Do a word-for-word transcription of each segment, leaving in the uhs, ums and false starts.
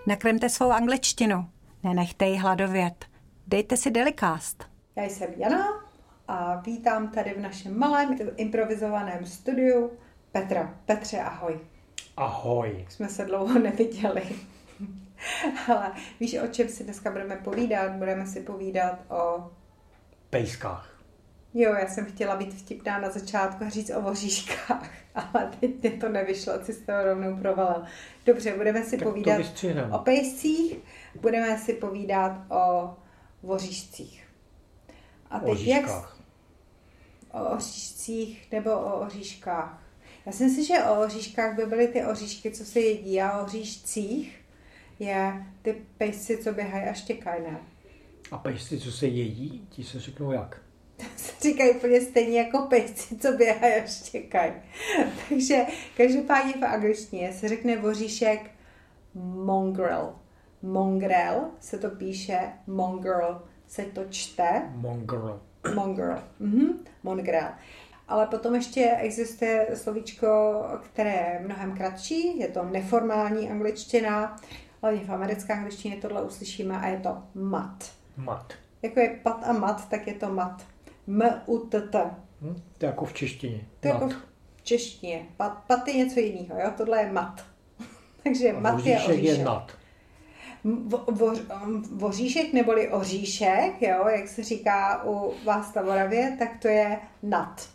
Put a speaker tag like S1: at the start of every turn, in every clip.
S1: Nakrmte svou angličtinu. Nenechte ji hladovět. Dejte si Dailycast.
S2: Já jsem Jana a vítám tady v našem malém improvizovaném studiu Petra. Petře, ahoj.
S3: Ahoj.
S2: Jsme se dlouho neviděli. Ale víš, o čem si dneska budeme povídat? Budeme si povídat o...
S3: pejskách.
S2: Jo, já jsem chtěla být vtipná na začátku a říct o voříškách, ale teď mě to nevyšlo, si z toho rovnou provalil. Dobře, budeme si
S3: tak
S2: povídat o pejscích, budeme si povídat o voříšcích. A teď
S3: o oříškách.
S2: Jak... O oříšcích nebo o oříškách. Já si myslím, že o oříškách by byly ty oříšky, co se jedí, a o oříšcích je ty pejsci, co běhají a štěkají, ne?
S3: A pejsci, co se jedí, ti se řeknou jak?
S2: Se říkají úplně stejně jako pejsci, co běhají a štěkají. Takže každopádně v angličtině se řekne voříšek mongrel. Mongrel se to píše, mongrel se to čte.
S3: Mongrel.
S2: Mongrel. Mhm. Mongrel. Ale potom ještě existuje slovíčko, které je mnohem kratší, je to neformální angličtina, ale v americké angličtině tohle uslyšíme a je to mat.
S3: Mat.
S2: Jako je pat a mat, tak je to mat. M-U-T-T.
S3: Hm? To je jako v češtině.
S2: To je jako v češtině. Pat, pat je něco jiného, jo? Tohle je mat. Takže
S3: a
S2: mat je oříšek.
S3: je nat.
S2: Vo, vo, voříšek neboli oříšek, jo? Jak se říká u vás na Moravě, tak to je nat.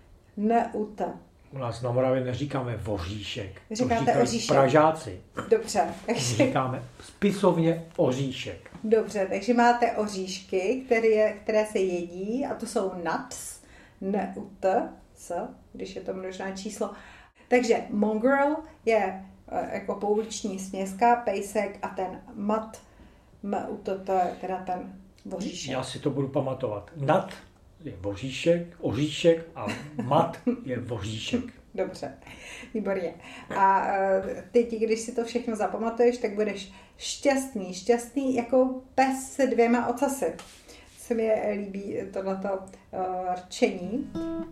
S2: N-U-T.
S3: U nás na Moravě neříkáme voříšek.
S2: Říkáte
S3: to
S2: oříšek.
S3: Pražáci.
S2: Dobře. Takže...
S3: Říkáme spisovně oříšek.
S2: Dobře, takže máte oříšky, které, které se jedí, a to jsou nuts, N-U-T, s, když je to množné číslo. Takže mongrel je jako pouliční směska, pejsek, a ten mat, M-U-T-T, je teda ten voříšek.
S3: Já si to budu pamatovat. Nat je voříšek, oříšek a mat je voříšek.
S2: Dobře, výborně. A teď, když si to všechno zapamatuješ, tak budeš šťastný, šťastný jako pes se dvěma ocasy. Se mi líbí tohleto uh, rčení.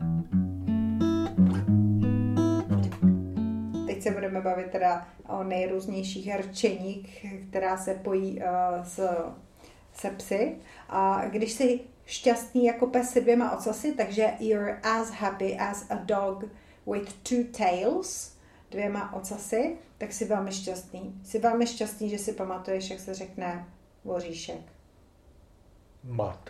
S2: Teď se budeme bavit teda o nejrůznějších rčeních, která se pojí uh, s, se psy. A když jsi šťastný jako pes se dvěma ocasy, takže you're as happy as a dog with two tails, dvěma ocasy, tak jsi velmi šťastný. Jsi velmi šťastný, že si pamatuješ, jak se řekne voříšek.
S3: Mat.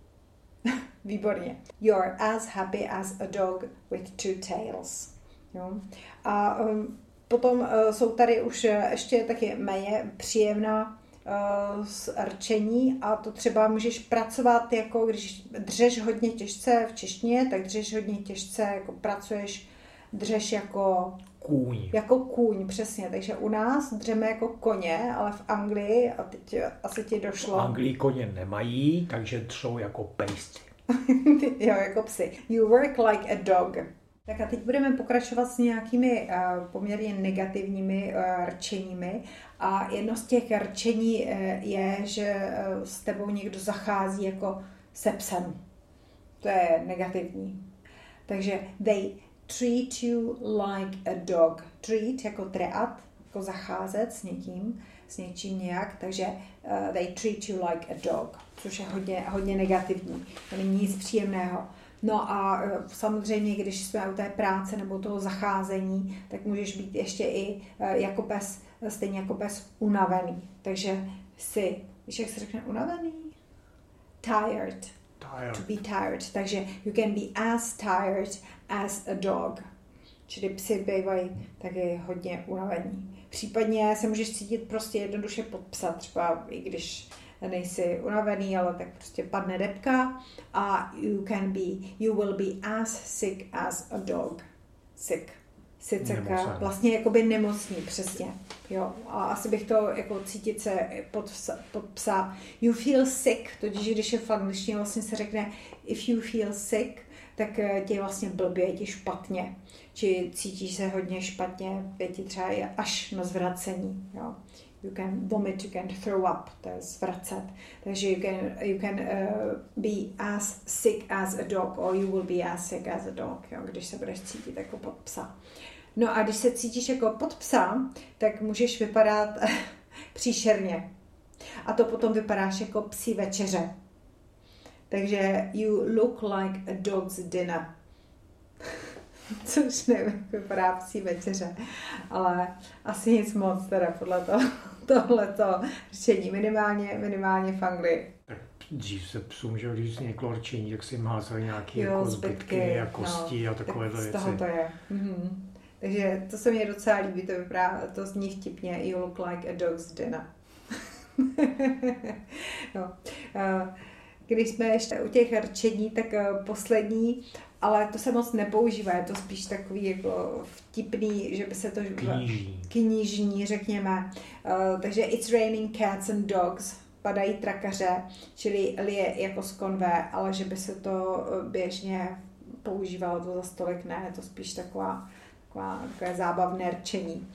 S2: Výborně. You're as happy as a dog with two tails. Jo? A um, potom uh, jsou tady už uh, ještě taky méně příjemná uh, rčení, a to třeba můžeš pracovat, jako když dřeš hodně těžce v češtině, tak dřeš hodně těžce, jako pracuješ, dřeš jako
S3: kůň.
S2: Jako kůň, přesně. Takže u nás dřeme jako koně, ale v Anglii, a teď asi ti došlo.
S3: V Anglii koně nemají, takže dřou jako pejsci.
S2: Jo, jako psy. You work like a dog. Tak a teď budeme pokračovat s nějakými uh, poměrně negativními uh, rčeními. A jedno z těch rčení uh, je, že uh, s tebou někdo zachází jako se psem. To je negativní. Takže they treat you like a dog. Treat jako treat, jako zacházet s někým, s něčím nějak, takže uh, they treat you like a dog, což je hodně, hodně negativní. To není nic příjemného. No a uh, samozřejmě, když jsme u té práce nebo toho zacházení, tak můžeš být ještě i uh, jako pes, stejně jako pes unavený. Takže jsi, víš, jak se řekne unavený? Tired.
S3: Tired.
S2: To be tired. Takže you can be as tired as a dog. Čili psy bývají taky hodně unavení. Případně se můžeš cítit prostě jednoduše pod psa, třeba i když nejsi unavený, ale tak prostě padne depka a you can be, you will be as sick as a dog. Sick. Siceka, vlastně jakoby nemocný, přesně. Jo, a asi bych to jako cítit se pod, pod psa. You feel sick, totiž když je v angličtině vlastně se řekne if you feel sick, tak tě vlastně blbě, tě špatně. Či cítíš se hodně špatně, je ti třeba až na zvracení. Jo. You can vomit, you can throw up, to je zvracet. Takže you can, you can uh, be as sick as a dog, or you will be as sick as a dog, jo, když se budeš cítit jako pod psa. No a když se cítíš jako pod psa, tak můžeš vypadat příšerně. A to potom vypadáš jako psí večeře. Takže you look like a dog's dinner. Což nevím, vypadá psí večeře. Ale asi nic moc teda podle toho, tohleto řečení. Minimálně, minimálně v Anglii.
S3: Tak dřív se psům, že když někdo rčení, tak si házeli nějaké
S2: Jo,
S3: jako
S2: zbytky,
S3: zbytky a kosti
S2: no,
S3: a takové
S2: tak
S3: věci.
S2: Z toho to je. Mhm. Takže to se mi docela líbí, to vypadá, to zní vtipně, you look like a dog's dinner. No. Když jsme ještě u těch rčení, tak poslední, ale to se moc nepoužívá, je to spíš takový jako vtipný, že by se to...
S3: Knížní.
S2: Knížní, řekněme. Takže it's raining cats and dogs, padají trakaře, čili lije jako z konve, ale že by se to běžně používalo, to za stolik ne, je to spíš taková, taková takové zábavné rčení.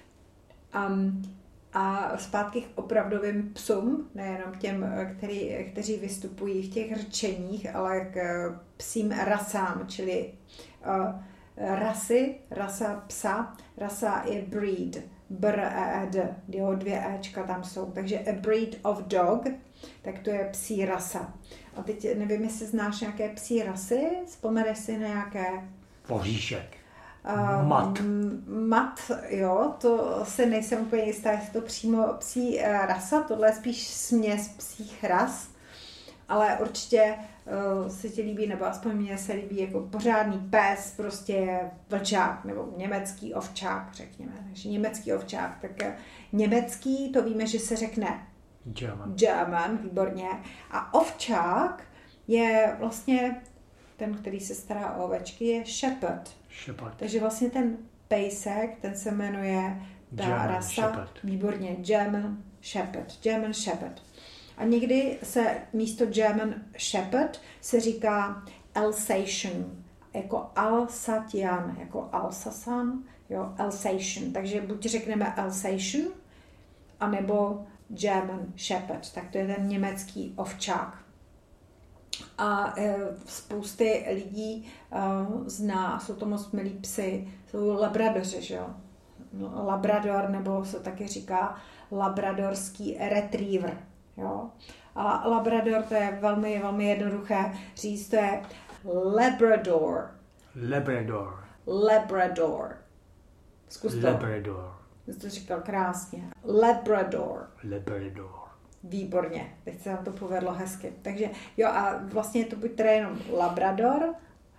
S2: Um, a zpátky k opravdovým psům, nejenom těm, který, kteří vystupují v těch rčeních, ale k psím rasám, čili uh, rasy, rasa psa, rasa je breed, br e d, jo, dvě éčka tam jsou, takže a breed of dog, tak to je psí rasa. A teď nevím, jestli znáš nějaké psí rasy, vzpomeneš si na nějaké?
S3: Voříšek.
S2: Uh,
S3: Mat.
S2: Mat, jo, to se nejsem úplně jistá, jestli to přímo psí uh, rasa, tohle je spíš směs psích ras, ale určitě uh, se ti líbí, nebo aspoň mně se líbí jako pořádný pes, prostě vlčák, nebo německý ovčák, řekněme. Takže německý ovčák, tak uh, německý, to víme, že se řekne
S3: German.
S2: German, výborně. A ovčák je vlastně ten, který se stará o ovečky, je shepherd.
S3: Shepherd.
S2: Takže vlastně ten pejsek, ten se jmenuje ta
S3: German
S2: rasa,
S3: Shepherd.
S2: výborně, German Shepherd. German Shepherd. A někdy se místo German Shepherd se říká Alsatian, jako Alsatian, jako Alsasan, jo, Alsatian. Takže buď řekneme Alsatian, anebo German Shepherd, tak to je ten německý ovčák. A e, spousty lidí e, zná, jsou to moc milí psy, jsou labradoři, že jo. Labrador, nebo se taky říká labradorský retriever, jo. A labrador, to je velmi, velmi jednoduché říct, to je Labrador.
S3: Labrador.
S2: Labrador. Zkus to.
S3: Labrador.
S2: Jsi to říkal krásně. Labrador.
S3: Labrador.
S2: Výborně, teď se nám to povedlo hezky. Takže jo, a vlastně je to buď teda jenom Labrador,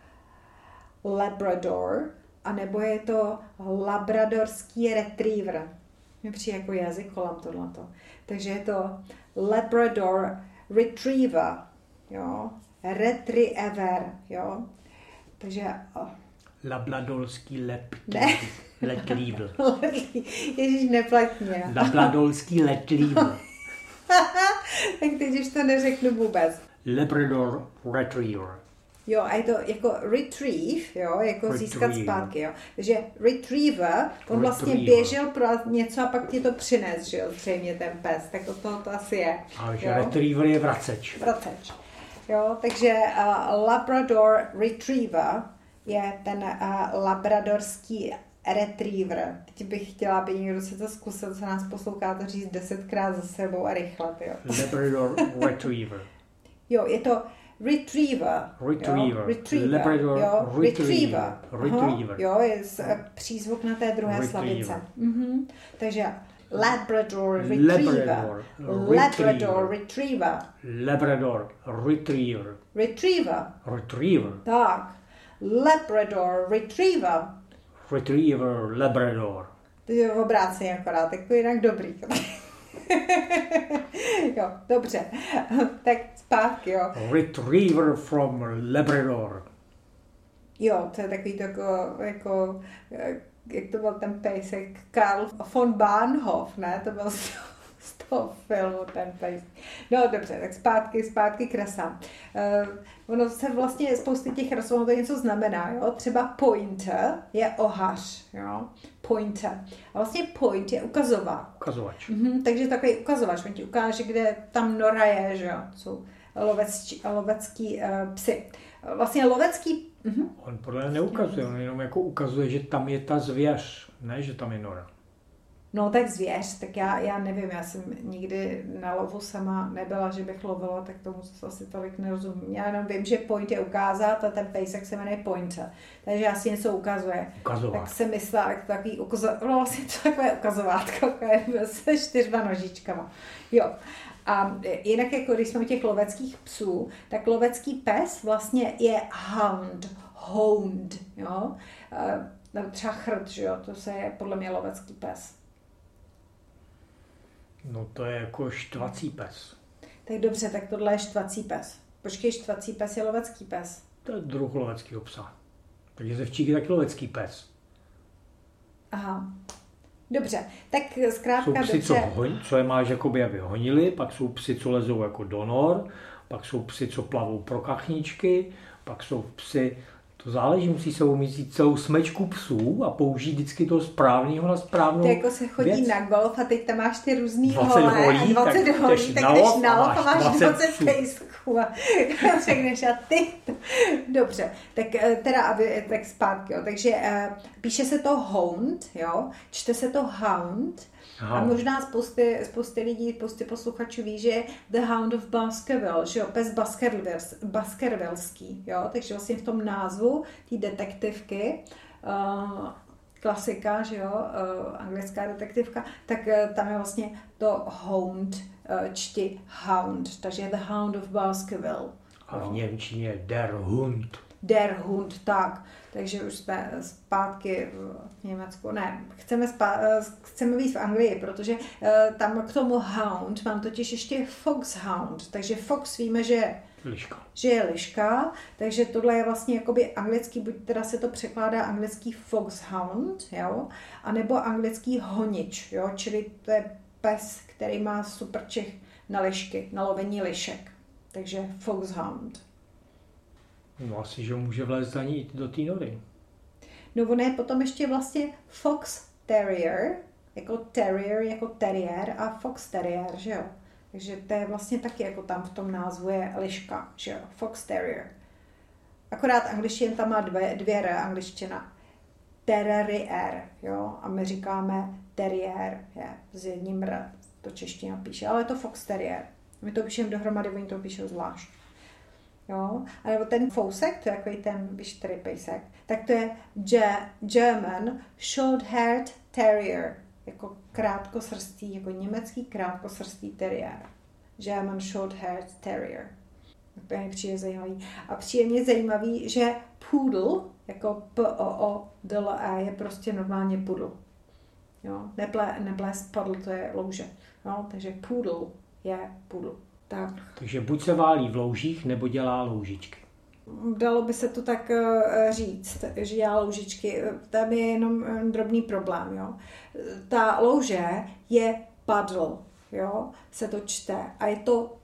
S2: Labrador, anebo je to labradorský retriever. Mě přijde jako jazyk kolem tohleto. Takže je to Labrador retriever, jo, retriever, jo. Takže... Oh.
S3: Labradorský lep.
S2: Ne.
S3: Letlíbl.
S2: Ježíš, neplat mě.
S3: Labradorský letlíbl.
S2: Tak teď už to neřeknu vůbec.
S3: Labrador retriever.
S2: Jo, a je to jako retrieve, jo, jako
S3: Retrieve.
S2: získat zpátky, jo. Takže retriever, on vlastně
S3: Retriever.
S2: běžel pro něco a pak ti to přines, že jo, zřejmě ten pes, tak to, to, to asi je.
S3: Ale že
S2: jo.
S3: retriever je vraceč.
S2: Vraceč. Jo, takže uh, Labrador retriever je ten uh, labradorský retriever. Teď bych chtěla, aby někdo se to zkusil, co nás poslouchá, to říct desetkrát za sebou a rychle, jo.
S3: Labrador retriever.
S2: Jo, je to retriever.
S3: Retriever.
S2: Jo, retriever.
S3: Labrador
S2: jo,
S3: retriever.
S2: Aha,
S3: Retriever.
S2: jo, je z, přízvuk na té druhé
S3: Retriever.
S2: slabice. Mhm. Takže Labrador retriever.
S3: Labrador
S2: Labrador retriever.
S3: Labrador retriever.
S2: Retriever.
S3: Retriever.
S2: Tak. Labrador retriever.
S3: Retriever Labrador.
S2: To je v obráceně akorát, tak to je jinak dobrý. Jo, dobře. Tak zpátky, jo.
S3: Retriever from Labrador.
S2: Jo, to je takový to jako, jako, jak to byl ten pejsek, Karl von Bahnhof, ne? To byl z toho, z toho filmu ten pejsek. No dobře, tak zpátky, zpátky k rasám. Uh, ono se vlastně spousty těch ras, ono to něco znamená, jo? Třeba pointer je ohař, jo? Pointer. A vlastně point je ukazovák.
S3: Ukazovač.
S2: Mhm, takže takový ukazovač, on ti ukáže, kde tam nora je, že jo? Jsou lovecký, lovecký uh, psy. Vlastně lovecký... Uh-huh.
S3: On podle mě neukazuje, on jenom jako ukazuje, že tam je ta zvěř, ne, že tam je nora.
S2: No tak zvěř, tak já, já nevím, já jsem nikdy na lovu sama nebyla, že bych lovila, tak tomu asi tolik nerozumím. Já jenom vím, že point je ukázat a ten pejsek se jmenuje pointer. Takže asi něco ukazuje.
S3: Ukazovat.
S2: Tak jsem myslela, jak to takový ukazovat, no vlastně to takové ukazovátko, se čtyřma nožičkama. Jo. A jinak, jako když jsme u těch loveckých psů, tak lovecký pes vlastně je hound, hound, jo. Nebo třeba chrt, že jo, to se je podle mě lovecký pes.
S3: No to je jako štvací pes.
S2: Tak dobře, tak tohle je štvací pes. Počkej, štvací pes je lovecký pes.
S3: To je druh loveckého psa. Takže zevčík je taky lovecký pes.
S2: Aha. Dobře, tak zkrátka
S3: jsou psy,
S2: dobře.
S3: Co, hoň, co je máš, jakoby, aby honili, pak jsou psy, co lezou jako do nor, pak jsou psy, co plavou pro kachničky, pak jsou psy, to záleží, musí se umístit celou smečku psů a použít vždycky toho správného na správnou
S2: To jako se chodí
S3: věc.
S2: na golf a teď tam máš ty různý
S3: dvacet
S2: hole,
S3: holí,
S2: dvacet
S3: tak
S2: holí,
S3: jdeš
S2: tak
S3: na
S2: jdeš
S3: lov
S2: na
S3: a
S2: lov a
S3: máš
S2: máš
S3: dvacet
S2: dvacet
S3: psů.
S2: pejsků a řekneš a ty. Dobře, tak eh, teda, aby, tak zpátky, jo. Takže uh, píše se to hound, jo, čte se to hound.
S3: Aha.
S2: A možná spousty, spousty lidí, spousty posluchačů ví, že je The Hound of Baskerville, že jo, pes baskervilský, jo, takže vlastně v tom názvu té detektivky, uh, klasika, že jo, uh, anglická detektivka, tak uh, tam je vlastně to hound, uh, čti hound, takže The Hound of Baskerville.
S3: A v němčině der Hund.
S2: Der Hund, tak. Takže už jsme zpátky v Německu. Ne, chceme, spá, chceme být v Anglii, protože tam k tomu hound mám totiž ještě foxhound. Takže fox víme, že je
S3: Liška.
S2: že je liška, takže tohle je vlastně jakoby anglický, buď teda se to překládá anglický foxhound, jo, anebo anglický honič, jo, čili to je pes, který má super čich na lišky, na lovení lišek. Takže foxhound.
S3: No asi, že může vlézt za ní do té nory.
S2: No ono je potom ještě vlastně fox terrier, jako terrier, jako terrier a fox terrier, že jo. Takže to je vlastně taky jako tam v tom názvu je liška, že jo, fox terrier. Akorát angličtina tam má dvě, dvě r, angličtina. Terrier, jo, a my říkáme terrier, je, s jedním r, to čeština píše, ale je to fox terrier. My to píšeme dohromady, oni to píšou zvlášť. Jo, a nebo ten fousek, to je jako ten, víš, který pejsek, tak to je German short-haired terrier, jako krátkosrstý, jako německý krátkosrstý terrier. German short-haired terrier. To mi přijde zajímavý. A přijde mě zajímavý, že poodle, jako P O O D L E, je prostě normálně poodle. Jo, neple, nebles paddle, to je louže. Jo, takže poodle je poodle. Tak.
S3: Takže buď se válí v loužích, nebo dělá loužičky.
S2: Dalo by se to tak říct, že dělá loužičky. Tam je jenom drobný problém. Jo. Ta louže je paddle, jo, se to čte. A je to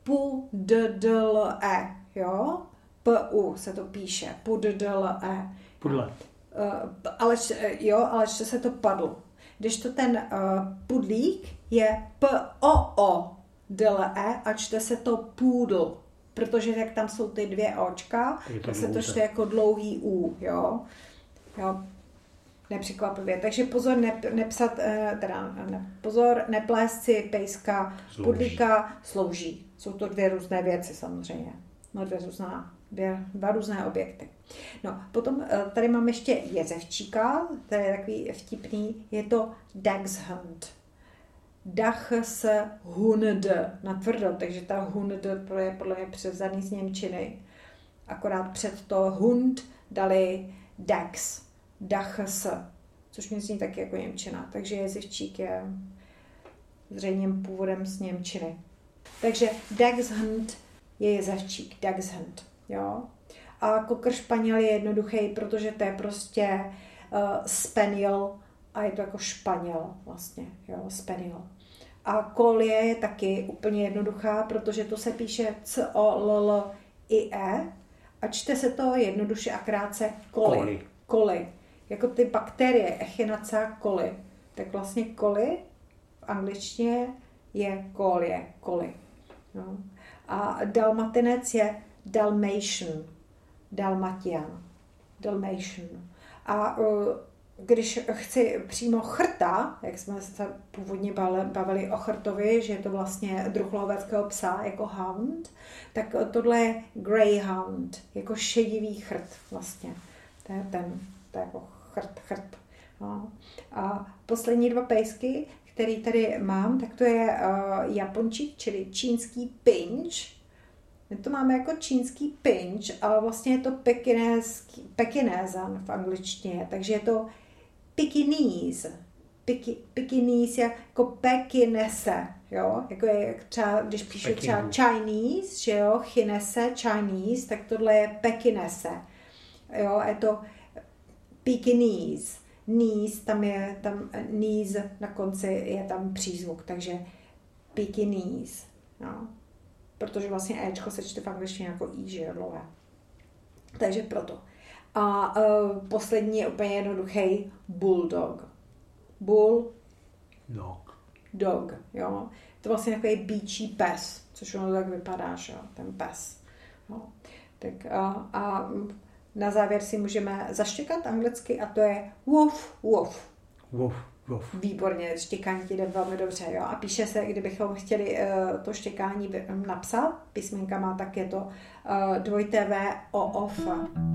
S2: P-D-D-L-E, jo. P-U se to píše, P-D-D-L-E.
S3: Pudle.
S2: Ale, jo, ale čte se to paddle. Když to ten uh, pudlík je P-O-O, D-L-E a čte se to poodle, protože jak tam jsou ty dvě očka, tak se to čte jako dlouhý U, jo. jo. Nepřekvapivě. Takže pozor ne, nepsat, teda ne, pozor neplést si pejska,
S3: Slouží.
S2: pudlíka, slouží. Jsou to dvě různé věci samozřejmě. No dvě různá, dvě, dva různé objekty. No, potom tady mám ještě jezevčíka, to je takový vtipný, je to Dachshund. Dach s hund na tvrdo, takže ta hund je podle mě převzaný z němčiny. Akorát před to hund dali Dax, dach s, což mi zní taky jako němčina. Takže jezevčík je zřejmě původem z němčiny. Takže Dachshund je jezevčík, Dachshund, jo. A kokr španěl je jednoduchý, protože to je prostě uh, spaniel a je to jako španěl vlastně, jo, spaniel. A kolie je taky úplně jednoduchá, protože to se píše C O L L I E a čte se to jednoduše a krátce koli.
S3: Koli.
S2: Koli. Jako ty bakterie, Echinacea coli. Tak vlastně koli v angličtině je kolie, koli. No. A dalmatinec je Dalmatian. Dalmatian. Dalmatian. A uh, když chci přímo chrta, jak jsme se původně bavili o chrtovi, že je to vlastně druh loveckého psa jako hound, tak tohle je greyhound, jako šedivý chrt vlastně. To je ten, to je jako chrt, chrt. No. A poslední dva pejsky, který tady mám, tak to je uh, japončík, čili čínský pinč. My to máme jako čínský pinč, ale vlastně je to pekinézan v angličtině, takže je to Pekingese. Pekingese jako pekinese, jo? Jako je třeba, když píšu třeba Chinese, že jo, chinese, Chinese, tak tohle je pekinese. Jo, je to Pekingese. Knees, tam je, tam knees na konci je tam přízvuk, takže Pekingese, no. Protože vlastně éčko se čte v angličtině jako i, že je dlouhé. Takže proto. A uh, poslední je úplně jednoduchý bulldog. Bull.
S3: Dog.
S2: Dog, jo. To vlastně takový býčí pes, což ono tak vypadá, že jo, ten pes. No. Tak a, a na závěr si můžeme zaštěkat anglicky a to je woof, woof.
S3: Woof, woof.
S2: Výborně, štěkání ti jde velmi dobře, jo. A píše se, kdybychom chtěli uh, to štěkání napsat písmenkama, tak je to uh, dvojité V O O F.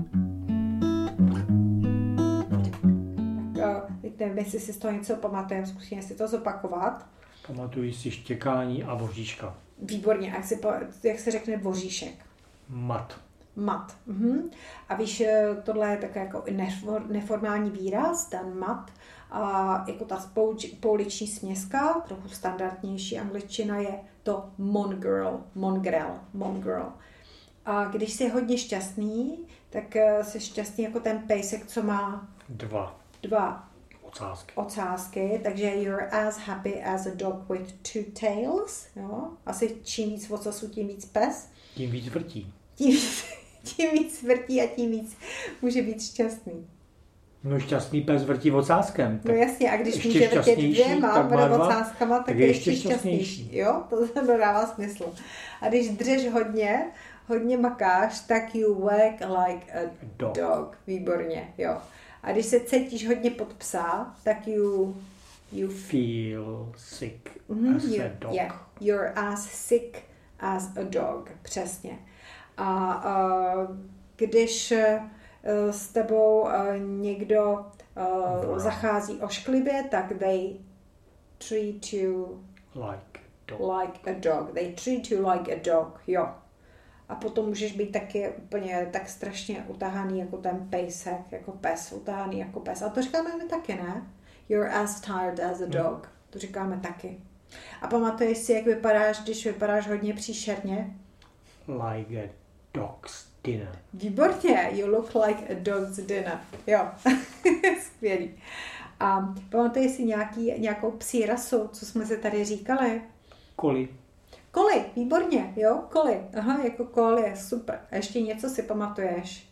S2: Teď nevím, jestli si z toho něco pamatujeme, zkusíme si to zopakovat.
S3: Pamatuji si štěkání a voříška.
S2: Výborně, jak se, jak se řekne voříšek?
S3: Mat.
S2: Mat. Mhm. A víš, tohle je takový jako neformální výraz, ten mat. A jako ta pouliční směska, trochu standardnější angličtina je to mongrel, mongrel, mongrel. A když jsi hodně šťastný, tak jsi šťastný jako ten pejsek, co má
S3: Dva.
S2: Dva
S3: ocásky.
S2: ocásky, takže you're as happy as a dog with two tails. Jo? Asi čím víc ocasů, tím víc pes.
S3: Tím víc vrtí.
S2: Tím víc, tím víc vrtí a tím víc může být šťastný.
S3: No šťastný pes vrtí ocáskem.
S2: No jasně, a když může vrtět dvěma ocáskama, tak, tak je ještě šťastnější. Jo, to dává smysl. A když dřeš hodně, hodně makáš, tak you work like a dog. dog. Výborně, jo. A když se cítíš hodně pod psa, tak you... you
S3: feel sick
S2: mm-hmm,
S3: as
S2: you,
S3: a dog.
S2: Yeah, you're as sick as a dog, přesně. A uh, když uh, s tebou uh, někdo uh, wow. zachází ošklivě, tak they treat you
S3: like a dog.
S2: like a dog. They treat you like a dog, jo. A potom můžeš být taky úplně tak strašně utahaný jako ten pejsek, jako pes, utahaný jako pes. A to říkáme my taky, ne? You're as tired as a dog. Hmm. To říkáme taky. A pamatuješ si, jak vypadáš, když vypadáš hodně příšerně?
S3: Like a dog's dinner.
S2: Výborně. You look like a dog's dinner. Jo. Skvělý. A pamatuješ si nějaký, nějakou psí rasu, co jsme se tady říkali?
S3: Koli.
S2: Koli, výborně, jo, koli. Aha, jako kol je super. A ještě něco si pamatuješ?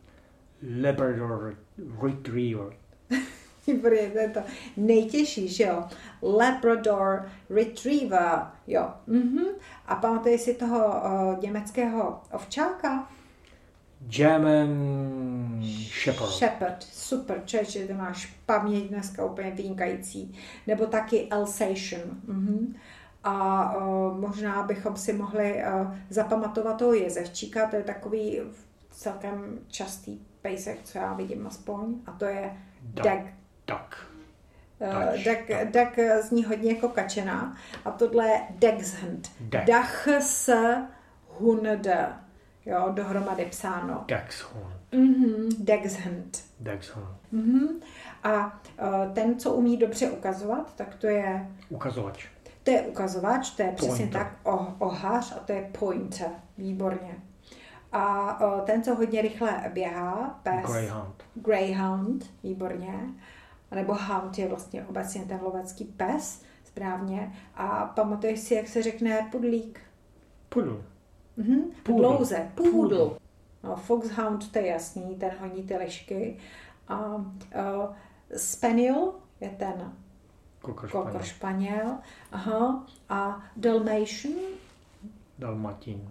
S3: Labrador Retriever.
S2: Výborně, to je to nejtěžší, že jo? Labrador Retriever, jo. Mhm. A pamatuješ si toho uh, německého ovčáka?
S3: German Shepherd.
S2: Shepherd, super, čeče, ty máš paměť dneska úplně vynikající. Nebo taky Alsatian. Mhm. A uh, možná bychom si mohli uh, zapamatovat toho jezevčíka, to je takový celkem častý pejsek, co já vidím aspoň, a to je Dag.
S3: Duck.
S2: Uh, Dag, Dag zní hodně jako kačena a tohle je Dachshund. Dach s Hunde, jo, dohromady psáno.
S3: Dachshund.
S2: Mhm, Dachshund.
S3: Dachshund.
S2: Mhm. A uh, ten, co umí dobře ukazovat, tak to je...
S3: Ukazovač.
S2: To je ukazovač, to je přesně
S3: Pointer.
S2: tak, oh, ohař a to je pointer, výborně. A o, ten, co hodně rychle běhá, pes.
S3: Greyhound.
S2: Greyhound, výborně. A nebo hound je vlastně obecně ten lovecký pes, správně. A pamatuješ si, jak se řekne pudlík?
S3: Pudl.
S2: Mhm,
S3: Pudl.
S2: dlouze, pudl. No, foxhound, to je jasný, ten honí ty lišky. A o, spaniel je ten Kokor španěl. Aha. A Dalmatian.
S3: Dalmatin.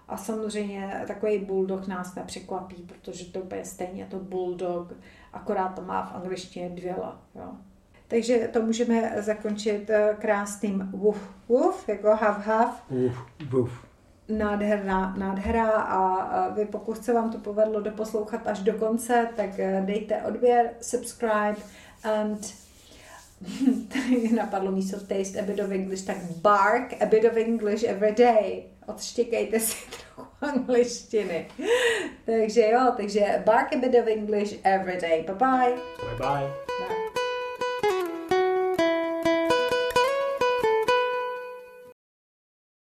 S2: A samozřejmě takový bulldog nás nepřekvapí, protože to úplně stejně to bulldog, akorát to má v angličtině dvě L. Jo. Takže to můžeme zakončit krásným woof woof, jako hav hav.
S3: Woof woof.
S2: Nádherná, nádhera a vy, pokud se vám to povedlo doposlouchat až do konce, tak dejte odběr, subscribe and napadlo místo taste a bit of English, tak bark a bit of English every day. Odštěkejte si trochu angličtiny. Takže jo, takže bark a bit of English every day. Bye bye.
S3: Bye bye.
S2: Bye.